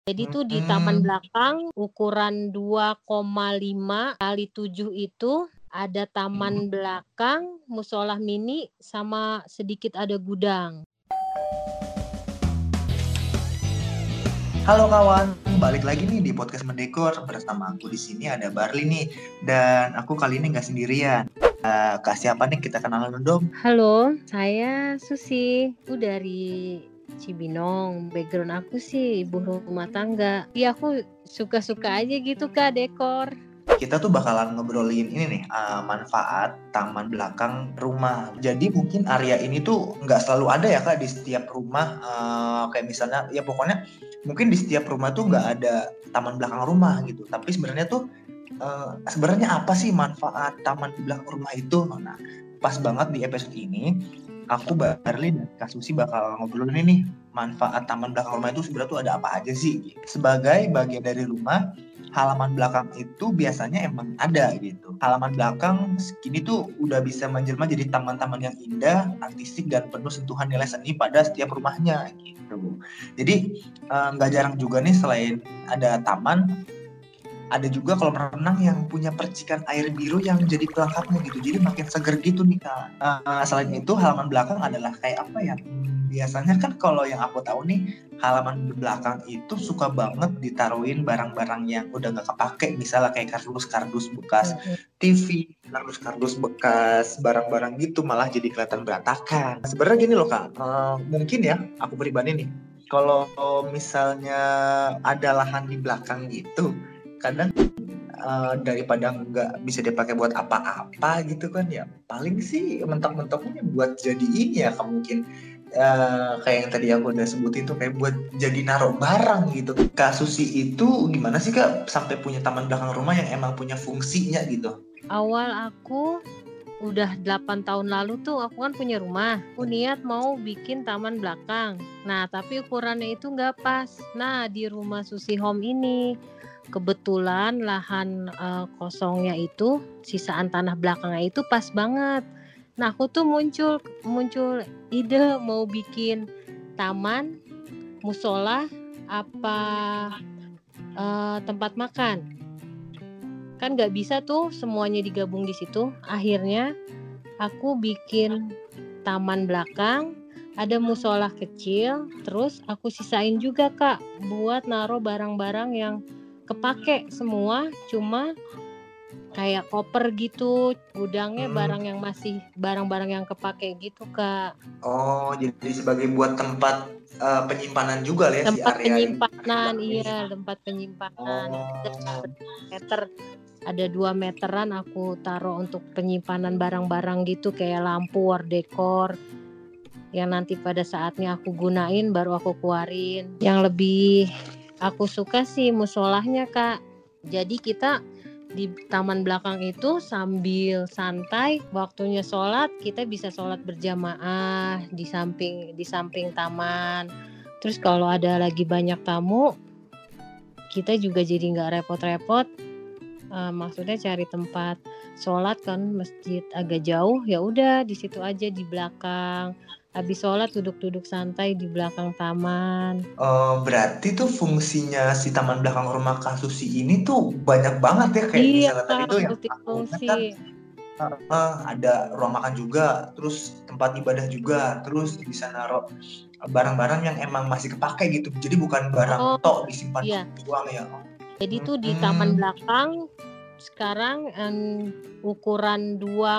Jadi tuh di taman Hmm. belakang ukuran 2,5 kali 7 itu ada taman belakang, musola mini, sama sedikit ada gudang. Halo kawan, balik lagi nih di podcast Mendekor bersama aku di sini ada Barli nih, dan aku kali ini nggak sendirian. Kak siapa nih, kita kenalan dong. Halo, saya Susi. Aku dari Cibinong. Background aku sih ibu rumah tangga. Iya, aku suka-suka aja gitu Kak dekor. Kita tuh bakalan ngobrolin ini nih, manfaat taman belakang rumah. Jadi mungkin area ini tuh nggak selalu ada ya Kak di setiap rumah. Kayak misalnya, ya pokoknya mungkin di setiap rumah tuh nggak ada taman belakang rumah gitu. Tapi sebenarnya tuh sebenarnya apa sih manfaat taman di belakang rumah itu? Nah, pas banget di episode ini, aku Barli dan Kak Susi bakal ngobrolin ini nih, manfaat taman belakang rumah itu sebenarnya tuh ada apa aja sih? Sebagai bagian dari rumah, halaman belakang itu biasanya emang ada gitu. Halaman belakang kini tuh udah bisa menjelma jadi taman-taman yang indah, artistik, dan penuh sentuhan nilai seni pada setiap rumahnya gitu. Jadi nggak jarang juga nih selain ada taman, ada juga kolam renang yang punya percikan air biru yang jadi pelengkapnya gitu. Jadi makin seger gitu nih Kak. Selain itu halaman belakang adalah kayak apa ya? Biasanya kan kalau yang aku tahu nih, halaman belakang itu suka banget ditaruhin barang-barang yang udah nggak kepake. Misalnya kayak kardus-kardus bekas TV, kardus-kardus bekas barang-barang gitu malah jadi kelihatan berantakan. Sebenarnya gini loh Kak, mungkin ya aku pribadi nih, kalau misalnya ada lahan di belakang gitu, kadang daripada nggak bisa dipakai buat apa-apa gitu kan ya, paling sih mentok-mentoknya buat jadi ini ya mungkin kayak yang tadi aku udah sebutin tuh, kayak buat jadi naruh barang gitu. Kak Susi itu gimana sih Kak sampai punya taman belakang rumah yang emang punya fungsinya gitu? Awal aku udah 8 tahun lalu tuh aku kan punya rumah. Aku niat mau bikin taman belakang. Nah, tapi ukurannya itu nggak pas. Nah, di rumah Susi Home ini kebetulan lahan kosongnya itu, sisaan tanah belakangnya itu pas banget. Nah, aku tuh muncul ide mau bikin taman, musola, apa tempat makan. Kan nggak bisa tuh semuanya digabung di situ. Akhirnya aku bikin taman belakang, ada musola kecil, terus aku sisain juga Kak buat naruh barang-barang yang kepake semua, cuma kayak koper gitu, gudangnya barang-barang yang kepake gitu Kak. Oh, jadi sebagai buat tempat penyimpanan juga lah ya si Tempat area penyimpanan, belakang ini. iya tempat penyimpanan. Oh. Meter, ada 2 meteran aku taruh untuk penyimpanan barang-barang gitu kayak lampu, war dekor, yang nanti pada saatnya aku gunain baru aku keluarin. Yang lebih aku suka sih musolahnya Kak. Jadi kita di taman belakang itu sambil santai, waktunya sholat kita bisa sholat berjamaah di samping taman. Terus kalau ada lagi banyak tamu, kita juga jadi nggak repot-repot. Maksudnya cari tempat sholat kan masjid agak jauh, ya udah di situ aja di belakang. Habis sholat duduk-duduk santai di belakang taman. Berarti tuh fungsinya si taman belakang rumah Kak Susi ini tuh banyak banget ya, kayak Iya misalnya tadi Kak, tuh yang aku ingat multifungsi. kan ada ruang makan juga, terus tempat ibadah juga, terus bisa naruh barang-barang yang emang masih kepake gitu. Jadi bukan barang Oh tok disimpan iya, doang ya. jadi tuh di taman Hmm. belakang sekarang ukuran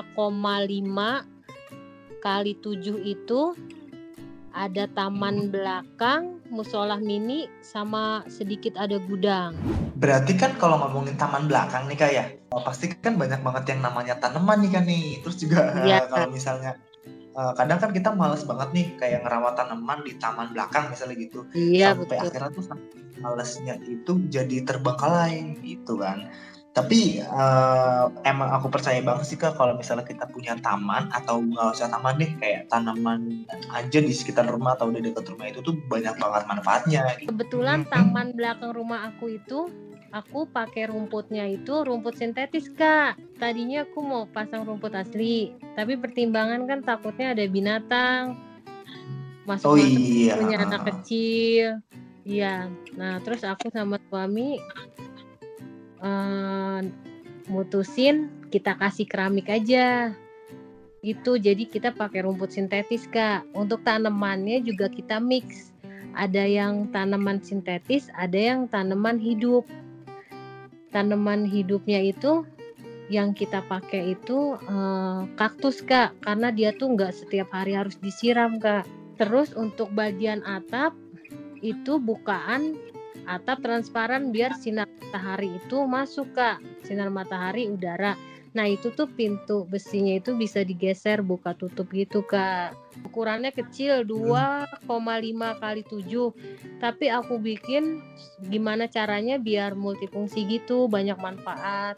2,5 kali 7 itu ada taman belakang, musola mini, sama sedikit ada gudang. Berarti kan kalau ngomongin taman belakang nih Kak ya, pasti kan banyak banget yang namanya tanaman nih kan nih. Terus juga Iya, kalau misalnya kadang kan kita males banget nih kayak ngerawat tanaman di taman belakang misalnya gitu, iya sampai betul. akhirnya tuh malesnya itu jadi terbengkalai gitu kan. Tapi emang aku percaya banget sih Kak, kalau misalnya kita punya taman, atau nggak usah taman deh, kayak tanaman aja di sekitar rumah atau di dekat rumah, itu tuh banyak banget manfaatnya gitu. Kebetulan taman belakang rumah aku itu, aku pakai rumputnya itu rumput sintetis Kak. Tadinya aku mau pasang rumput asli, tapi pertimbangan kan takutnya ada binatang Oh masuk-masuk, iya. punya anak kecil. Iya. Nah, terus aku sama suami eh, mutusin kita kasih keramik aja. Itu jadi kita pakai rumput sintetis, Kak. Untuk tanamannya juga kita mix. Ada yang tanaman sintetis, ada yang tanaman hidup. Tanaman hidupnya itu yang kita pakai itu kaktus, Kak, karena dia tuh nggak setiap hari harus disiram, Kak. Terus untuk bagian atap itu bukaan atap transparan biar sinar matahari itu masuk, Kak. Sinar matahari udara. Nah itu tuh pintu besinya itu bisa digeser buka tutup gitu, Kak. Ukurannya kecil 2,5 kali 7. Tapi aku bikin gimana caranya biar multifungsi gitu, banyak manfaat.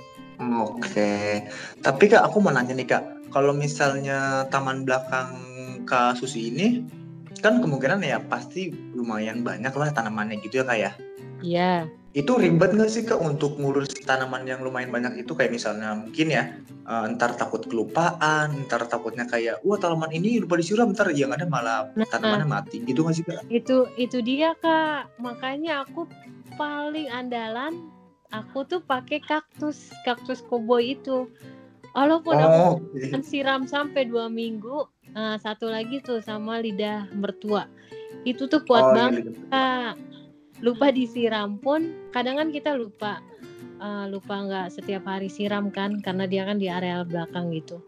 Oke. Tapi Kak, aku mau nanya nih Kak, kalau misalnya taman belakang Kak Susi ini, kan kemungkinan ya pasti lumayan banyak lah tanamannya gitu ya Kak ya. Iya. Itu ribet nggak sih Kak untuk ngurus tanaman yang lumayan banyak itu, kayak misalnya mungkin ya ntar takut kelupaan, ntar takutnya kayak wah tanaman ini lupa disiram, ntar yang ada malah Nah, tanamannya mati gitu nggak sih Kak? itu dia, Kak. Makanya aku paling andalan aku tuh pakai kaktus koboi itu. Walaupun aku Oh, siram sampai 2 minggu. Satu lagi tuh sama lidah mertua. Itu tuh kuat oh iya. banget, Kak. Lupa disiram pun kadang kan kita lupa nggak setiap hari siram kan karena dia kan di area belakang gitu.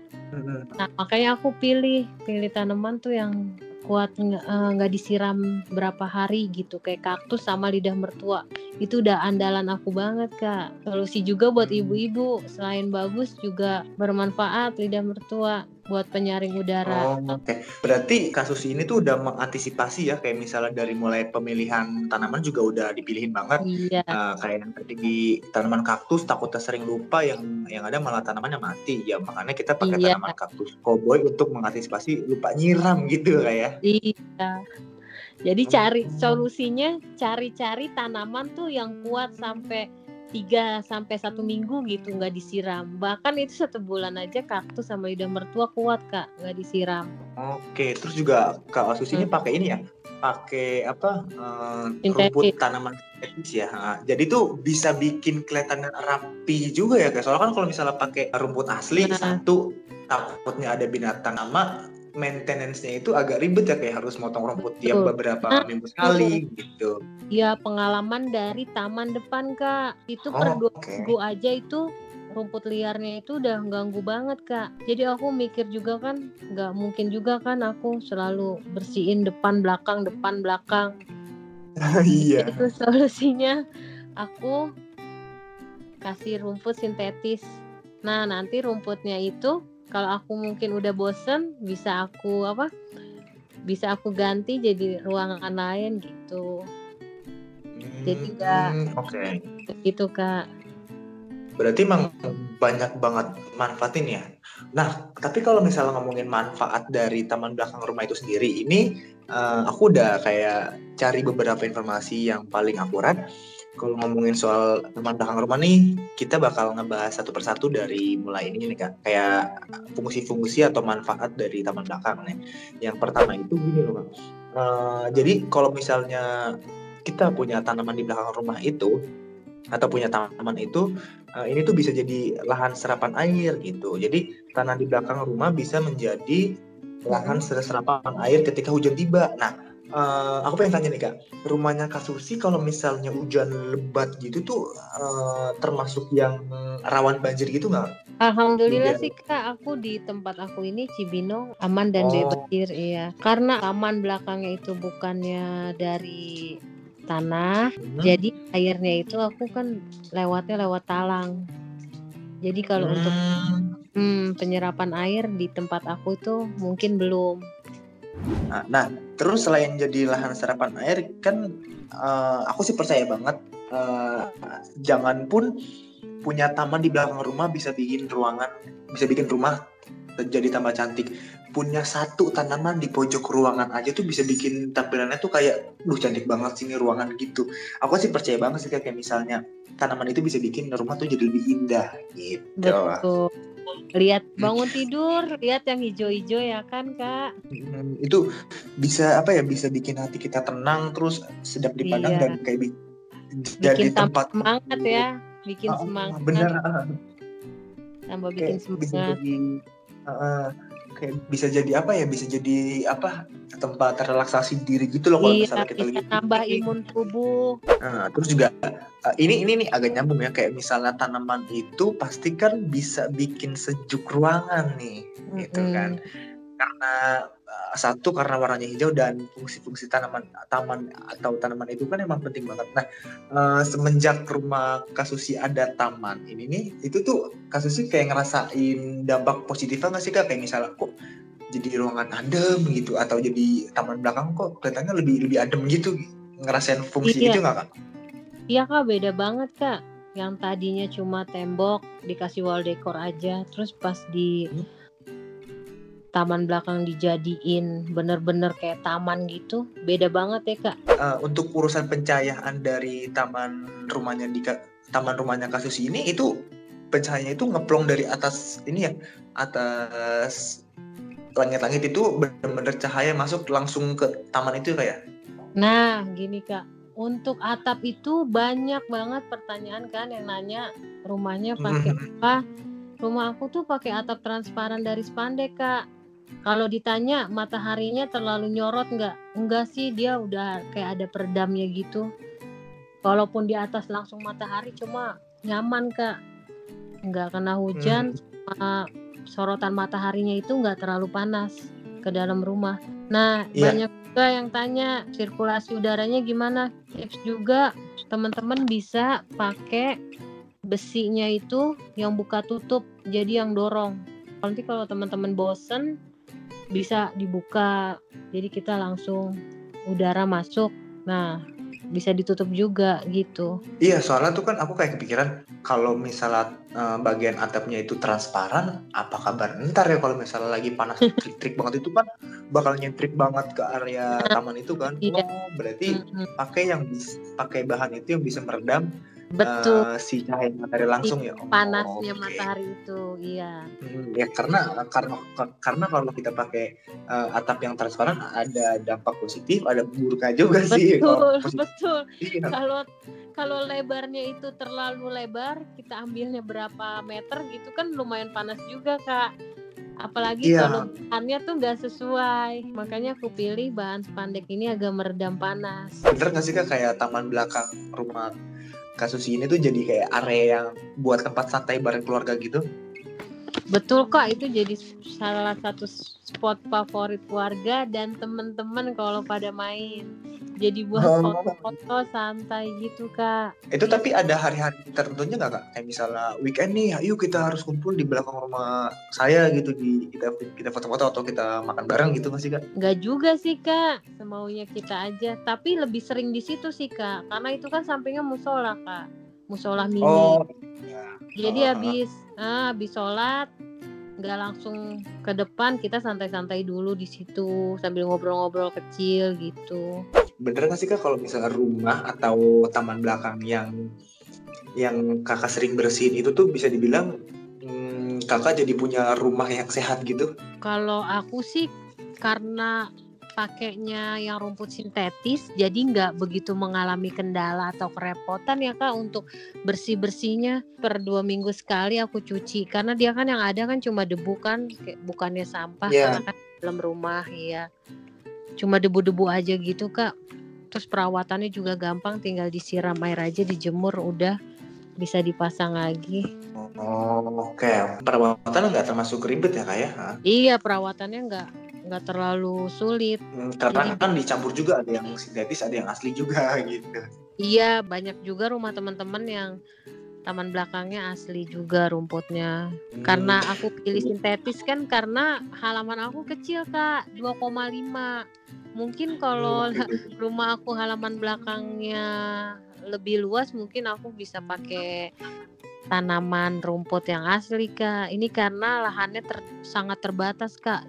Nah makanya aku pilih tanaman tuh yang kuat nggak disiram berapa hari gitu, kayak kaktus sama lidah mertua. Itu udah andalan aku banget, Kak. Solusi juga buat ibu-ibu, selain bagus juga bermanfaat lidah mertua buat penyaring udara. Oh, oke. Berarti kasus ini tuh udah mengantisipasi ya, kayak misalnya dari mulai pemilihan tanaman juga udah dipilihin banget. Iya, Kayak yang tadi di tanaman kaktus takutnya sering lupa, yang ada malah tanamannya mati. Ya makanya kita pakai iya, tanaman kaktus koboi untuk mengantisipasi lupa nyiram gitu kayak. iya. Jadi solusinya cari tanaman tuh yang kuat sampai 3 sampai 1 minggu gitu nggak disiram. Bahkan itu 1 bulan aja kaktus sama lidah mertua kuat, Kak, nggak disiram. Oke, terus juga Kak Asus ini pakai ini ya, pakai apa Sintetis. rumput tanaman sintetis ya. Jadi tuh bisa bikin kelihatan rapi juga ya, Kak. Soalnya kan kalau misalnya pakai rumput asli, Nah, satu takutnya ada binatang, sama maintenance-nya itu agak ribet ya, kayak harus motong rumput tiap betul. beberapa Nah, minggu tuh. sekali gitu. Ya pengalaman dari taman depan, Kak. Itu per Oh, 2 minggu aja itu rumput liarnya itu udah ganggu banget, Kak. Jadi aku mikir juga kan nggak mungkin juga kan aku selalu bersihin depan belakang. Jadi iya. itu solusinya aku kasih rumput sintetis. Nah nanti rumputnya itu kalau aku mungkin udah bosen bisa aku ganti jadi ruangan lain gitu. Jadi nggak Oke. gitu, Kak. Berarti emang banyak banget manfaatin ya. Nah, tapi kalau misalnya ngomongin manfaat dari taman belakang rumah itu sendiri, ini aku udah kayak cari beberapa informasi yang paling akurat. Kalau ngomongin soal taman belakang rumah nih, kita bakal ngebahas satu persatu dari mulai ini nih Kak. Kayak fungsi-fungsi atau manfaat dari taman belakang nih. Yang pertama itu gini loh Kak. Jadi kalau misalnya kita punya tanaman di belakang rumah itu, atau punya tanaman itu, ini tuh bisa jadi lahan serapan air gitu. Jadi tanah di belakang rumah bisa menjadi lahan serapan air ketika hujan tiba. Nah, aku pengen tanya nih Kak, rumahnya Kak Susi kalau misalnya hujan lebat gitu tuh termasuk yang rawan banjir gitu nggak? Alhamdulillah Hujan. sih, Kak, aku di tempat aku ini Cibinong aman dan bebas Oh, banjir, iya. Karena taman belakangnya itu bukannya dari tanah, jadi airnya itu aku kan lewatnya lewat talang. Jadi kalau untuk penyerapan air di tempat aku itu mungkin belum. Nah, terus selain jadi lahan serapan air kan, aku sih percaya banget, jangan pun punya taman di belakang rumah bisa bikin rumah jadi tambah cantik. Punya satu tanaman di pojok ruangan aja tuh bisa bikin tampilannya tuh kayak, cantik banget sih ini ruangan gitu. Aku sih percaya banget sih kayak misalnya tanaman itu bisa bikin rumah tuh jadi lebih indah gitu. Betul. Lihat bangun tidur, lihat yang hijau-hijau ya kan Kak? Itu bisa apa ya? Bisa bikin hati kita tenang, terus sedap dipandang dan Iya, kayak bikin jadi tambah tempat semangat untuk ya, bikin semangat, bener, tambah bikin kayak bisa semangat. jadi uh, kayak bisa jadi apa ya? Bisa jadi apa? Tempat relaksasi diri gitu loh kalau Iya, misalnya kita bisa lagi nambah piknik. imun tubuh. Nah, terus juga ini nih agak nyambung ya, kayak misalnya tanaman itu pasti kan bisa bikin sejuk ruangan nih, gitu kan. Mm-mm. Karena satu karena warnanya hijau dan fungsi-fungsi taman atau tanaman itu kan emang penting banget. Nah, semenjak rumah Kasusi ada taman ini nih, itu tuh Kasusi kayak ngerasain dampak positifnya nggak sih Kak? Kayak misalnya kok jadi ruangan adem gitu, atau jadi taman belakang kok kelihatannya lebih adem gitu. Ngerasain fungsi Iya, itu nggak Kak? iya Kak, beda banget Kak. Yang tadinya cuma tembok dikasih wall decor aja, terus pas di taman belakang dijadiin bener-bener kayak taman gitu, beda banget ya Kak. Untuk urusan pencahayaan dari taman rumahnya Kasusi ini, itu pencahayaannya itu ngeplong dari atas ini ya, atas langit-langit itu bener-bener cahaya masuk langsung ke taman itu kayak. Nah, gini Kak, untuk atap itu banyak banget pertanyaan kan yang nanya rumahnya pakai apa? Rumah aku tuh pakai atap transparan dari spandek Kak. Kalau ditanya mataharinya terlalu nyorot nggak? Enggak sih, dia udah kayak ada peredamnya gitu. Walaupun di atas langsung matahari, cuma nyaman Kak. Nggak kena hujan, sama sorotan mataharinya itu nggak terlalu panas ke dalam rumah. Nah, Iya. banyak juga yang tanya sirkulasi udaranya gimana. Tips juga, teman-teman bisa pakai besinya itu yang buka tutup, jadi yang dorong. Nanti kalau teman-teman bosen bisa dibuka, jadi kita langsung udara masuk. Nah, bisa ditutup juga gitu. Iya, soalnya tuh kan aku kayak kepikiran kalau misalnya bagian atapnya itu transparan, apa kabar ntar ya kalau misalnya lagi panas trik-trik banget itu kan bakal nyentrik banget ke area taman itu kan. Iya, Oh, berarti pakai bahan itu yang bisa meredam betul. si cahaya matahari langsung ya. Oh, Panasnya oke. matahari itu, iya. Ya karena kalau kita pakai atap yang transparan ada dampak positif, ada buruknya juga sih. Kalau Betul, positif, betul. iya. Kalau lebarnya itu terlalu lebar, kita ambilnya berapa meter gitu kan lumayan panas juga Kak. Apalagi kalau Iya, bahannya tuh nggak sesuai. Makanya aku pilih bahan spandek ini agak meredam panas. bener nggak sih Kak, kayak taman belakang rumah Kasus ini tuh jadi kayak area yang buat tempat santai bareng keluarga gitu? Betul Kak, itu jadi salah satu spot favorit keluarga dan teman-teman kalau pada main. Jadi buat foto-foto santai gitu Kak. Itu tapi ada hari-hari tertentunya nggak Kak? Kayak misalnya weekend nih, ayo kita harus kumpul di belakang rumah saya gitu, kita foto-foto atau kita makan bareng gitu nggak sih Kak? Nggak juga sih Kak, semaunya kita aja. Tapi lebih sering di situ sih Kak, karena itu kan sampingnya musola Kak, musola mini. Oh, iya. Jadi habis sholat nggak langsung ke depan, kita santai-santai dulu di situ sambil ngobrol-ngobrol kecil gitu. Bener nggak sih Kak kalau misalnya rumah atau taman belakang yang Kakak sering bersihin itu tuh bisa dibilang Kakak jadi punya rumah yang sehat gitu? Kalau aku sih karena pakainya yang rumput sintetis, jadi nggak begitu mengalami kendala atau kerepotan ya Kak untuk bersih-bersihnya. Per 2 minggu sekali aku cuci, karena dia kan yang ada kan cuma debu kan, bukannya sampah karena kan dalam rumah ya. Cuma debu-debu aja gitu Kak. Terus perawatannya juga gampang, tinggal disiram air aja, dijemur, udah bisa dipasang lagi. Oh, oke. Perawatannya nggak termasuk ribet ya Kak ya? Iya, perawatannya nggak terlalu sulit. Karena Jadi kan dicampur juga, ada yang sintetis, ada yang asli juga gitu. iya, banyak juga rumah teman-teman yang taman belakangnya asli juga rumputnya. Karena aku pilih sintetis kan karena halaman aku kecil Kak, 2,5. Mungkin kalau rumah aku halaman belakangnya lebih luas, mungkin aku bisa pakai tanaman rumput yang asli Kak. Ini karena lahannya sangat terbatas Kak,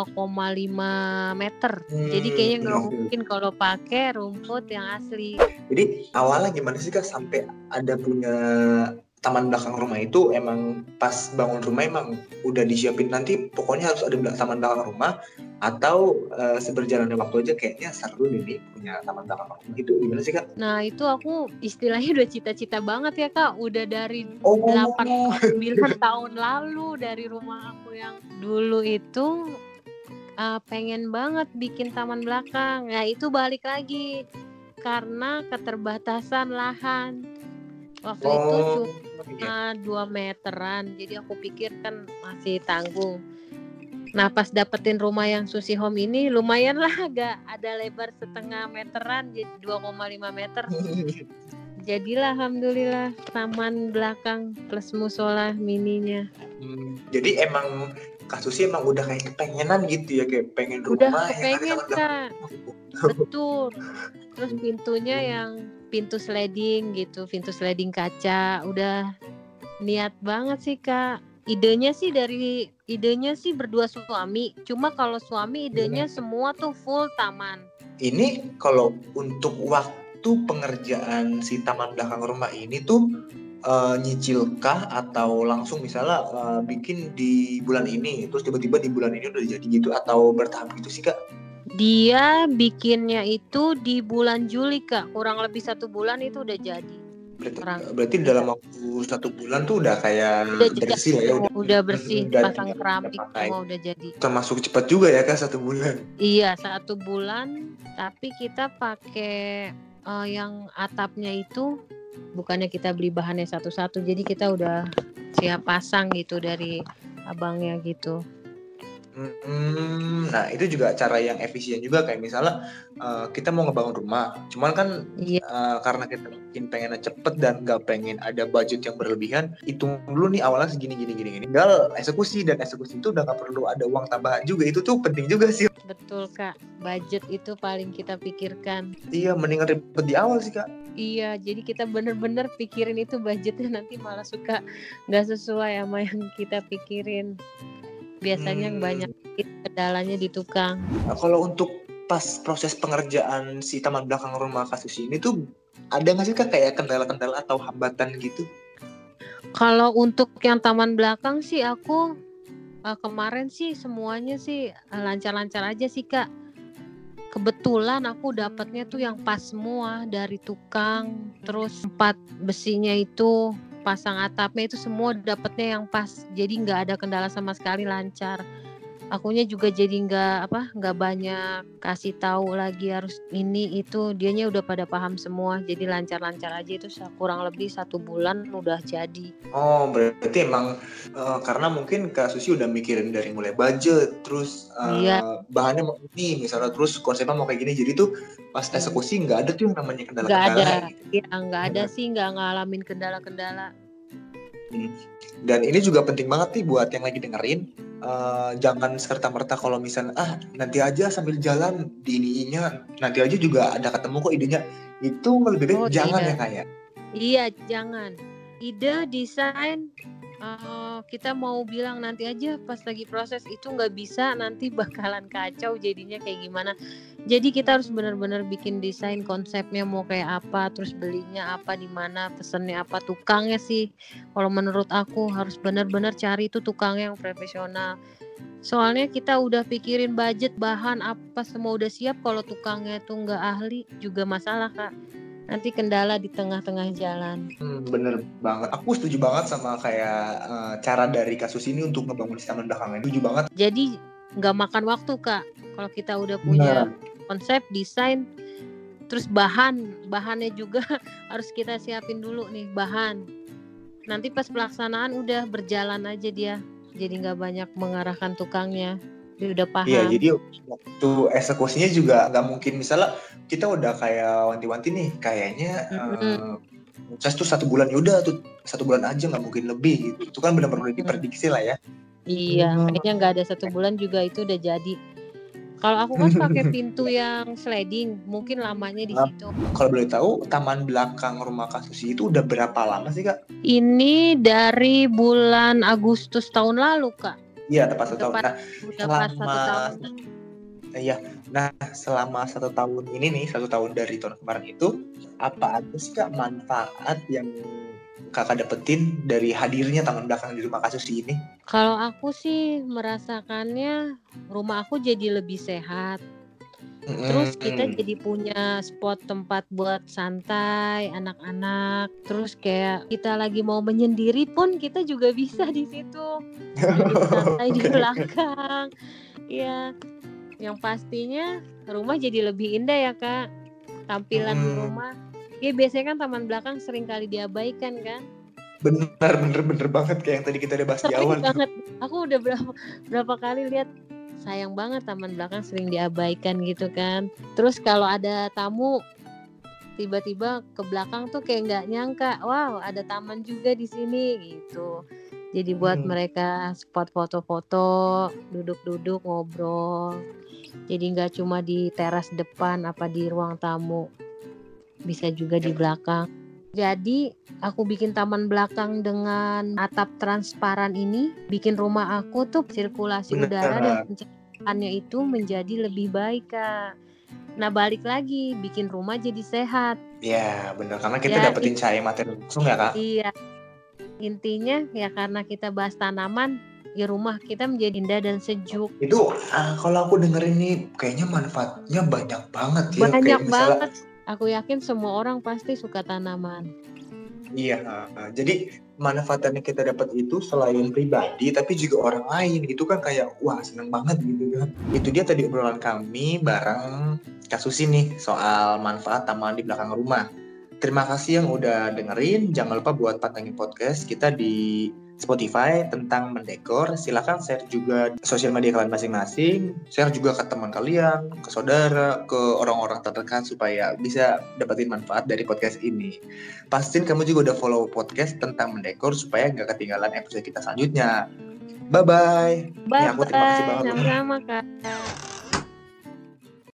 2,5 meter. Jadi kayaknya nggak mungkin kalau pakai rumput yang asli. Jadi awalnya gimana sih Kak sampai ada punya taman belakang rumah itu emang pas bangun rumah emang udah disiapin nanti pokoknya harus ada taman belakang rumah, atau seberjalannya waktu aja kayaknya seru deh nih punya taman belakang rumah gitu, gimana sih Kak? Nah itu aku istilahnya udah cita-cita banget ya Kak, udah dari Oh, 8 atau 9 tahun lalu dari rumah aku yang dulu itu pengen banget bikin taman belakang. Nah itu balik lagi karena keterbatasan lahan. Waktu itu iya. cuma 2 meteran, jadi aku pikir kan masih tanggung. Nah pas dapetin rumah yang Susi Home ini lumayan lah, agak ada lebar setengah meteran, jadi 2,5 meter. Jadilah alhamdulillah taman belakang plus musola mininya. Jadi emang kasusnya emang udah kayak kepengenan gitu ya, kayak pengen Udah rumah yang ada kepengen taman belakang. Kak, betul. Terus pintunya yang pintu sliding gitu, pintu sliding kaca. Udah niat banget sih Kak. Idenya sih berdua suami. Cuma kalau suami idenya semua tuh full taman. Ini kalau untuk waktu pengerjaan si taman belakang rumah ini tuh nyicilkah atau langsung misalnya bikin di bulan ini terus tiba-tiba di bulan ini udah jadi gitu, atau bertahap gitu sih Kak? Dia bikinnya itu di bulan Juli Kak, kurang lebih 1 bulan itu udah jadi. Berarti dalam waktu 1 bulan tuh udah kayak Udah bersih lah ya, udah bersih, udah pasang keramik semua udah jadi. Termasuk cepat juga ya Kak 1 bulan. Iya 1 bulan, tapi kita pakai yang atapnya itu bukannya kita beli bahannya satu-satu, jadi kita udah siap pasang gitu dari abangnya gitu. Nah itu juga cara yang efisien juga, kayak misalnya kita mau ngebangun rumah, cuman kan karena kita mungkin pengennya cepet dan nggak pengen ada budget yang berlebihan, hitung dulu nih awalnya segini gini, tinggal eksekusi, dan eksekusi itu udah nggak perlu ada uang tambahan juga, itu tuh penting juga sih. Betul Kak, budget itu paling kita pikirkan. Iya, mendingan ribet di awal sih Kak. Iya, jadi kita bener-bener pikirin itu budgetnya, nanti malah suka nggak sesuai sama yang kita pikirin. Biasanya banyak kendalanya di tukang. Nah, kalau untuk pas proses pengerjaan si taman belakang rumah kasus ini tuh ada nggak sih Kak kayak kendala-kendala atau hambatan gitu? Kalau untuk yang taman belakang sih aku kemarin sih semuanya sih lancar-lancar aja sih Kak. Kebetulan aku dapatnya tuh yang pas semua dari tukang, terus 4 besinya itu pasang atapnya itu semua dapatnya yang pas, jadi nggak ada kendala sama sekali, lancar. Akunya juga jadi nggak banyak kasih tahu lagi harus ini itu, dianya udah pada paham semua, jadi lancar-lancar aja. Itu kurang lebih 1 bulan udah jadi. Oh berarti emang karena mungkin Kak Susi udah mikirin dari mulai budget, terus bahannya mau ini misalnya, terus konsepnya mau kayak gini, jadi tuh pas eksekusi nggak ada tuh yang namanya kendala-kendala. Nggak ada, gitu. Ya nggak ada sih, nggak ngalamin kendala-kendala. Dan ini juga penting banget nih buat yang lagi dengerin, jangan serta-merta kalau misalnya nanti aja sambil jalan di ininya, nanti aja juga ada ketemu kok idenya, itu lebih baik jangan ya kayak. Iya jangan, ide desain kita mau bilang nanti aja pas lagi proses, itu nggak bisa, nanti bakalan kacau jadinya kayak gimana. Jadi kita harus benar-benar bikin desain konsepnya mau kayak apa, terus belinya apa, di mana, pesennya apa, tukangnya sih kalau menurut aku harus benar-benar cari itu tukang yang profesional. Soalnya kita udah pikirin budget, bahan apa semua udah siap, kalau tukangnya tuh nggak ahli juga masalah Kak. Nanti kendala di tengah-tengah jalan. Bener banget, aku setuju banget sama kayak cara dari kasus ini untuk ngebangun taman belakang, setuju banget. Jadi nggak makan waktu Kak, kalau kita udah punya konsep, desain, terus bahannya juga harus kita siapin dulu nih bahan. Nanti pas pelaksanaan udah berjalan aja dia, jadi nggak banyak mengarahkan tukangnya, dia udah paham. Iya, jadi waktu eksekusinya juga nggak mungkin misalnya kita udah kayak wanti-wanti nih, kayaknya proses tuh 1 bulan, yaudah tuh 1 bulan aja, nggak mungkin lebih gitu. Itu kan benar-benar diprediksi lah ya. Iya, kayaknya nggak ada 1 bulan juga itu udah jadi. Kalau aku kan pakai pintu yang sliding, mungkin lamanya di situ. Kalau boleh tahu, taman belakang rumah Kak Susi itu udah berapa lama sih Kak? Ini dari bulan Agustus tahun lalu Kak. Iya, tepat 1 tahun. Nah, selama 1 tahun ini nih, 1 tahun dari tahun kemarin itu, apa aja sih Kak manfaat yang kakak dapetin dari hadirnya taman belakang di rumah Kak Susi ini? Kalau aku sih merasakannya rumah aku jadi lebih sehat. Terus kita jadi punya spot tempat buat santai anak-anak. Terus kayak kita lagi mau menyendiri pun kita juga bisa di situ. Duduk santai di Oke. belakang. Ya, yang pastinya rumah jadi lebih indah ya Kak. Tampilan rumah. Ya biasanya kan taman belakang sering kali diabaikan kan. Bener banget kayak yang tadi kita udah bahas di awal. Sering banget. Aku udah berapa kali lihat. Sayang banget taman belakang sering diabaikan gitu kan. Terus kalau ada tamu tiba-tiba ke belakang tuh kayak nggak nyangka, wow ada taman juga di sini gitu. Jadi buat mereka spot foto-foto, duduk-duduk ngobrol. Jadi nggak cuma di teras depan apa di ruang tamu, bisa juga di belakang. Jadi aku bikin taman belakang dengan atap transparan ini, bikin rumah aku tuh sirkulasi udara dan pencernaannya itu menjadi lebih baik Kak. Nah balik lagi, bikin rumah jadi sehat. Ya benar, karena kita dapetin cahaya materi langsung ya Kak. Iya, intinya ya karena kita bahas tanaman, ya rumah kita menjadi indah dan sejuk. Itu kalau aku dengerin nih kayaknya manfaatnya banyak banget ya. Banyak Kayak misalnya, banget. Aku yakin semua orang pasti suka tanaman. Iya, jadi manfaat yang kita dapat itu selain pribadi, tapi juga orang lain. Itu kan kayak, wah seneng banget gitu kan. Itu dia tadi obrolan kami bareng Kak Susi nih, soal manfaat taman di belakang rumah. Terima kasih yang udah dengerin. Jangan lupa buat pantengin podcast kita di Spotify tentang mendekor. Silakan share juga sosial media kalian masing-masing. Share juga ke teman kalian, ke saudara, ke orang-orang terdekat supaya bisa dapetin manfaat dari podcast ini. Pastiin kamu juga udah follow podcast tentang mendekor supaya nggak ketinggalan episode kita selanjutnya. Bye-bye. Bye-bye. Aku terima kasih banget. Sama-sama Kak.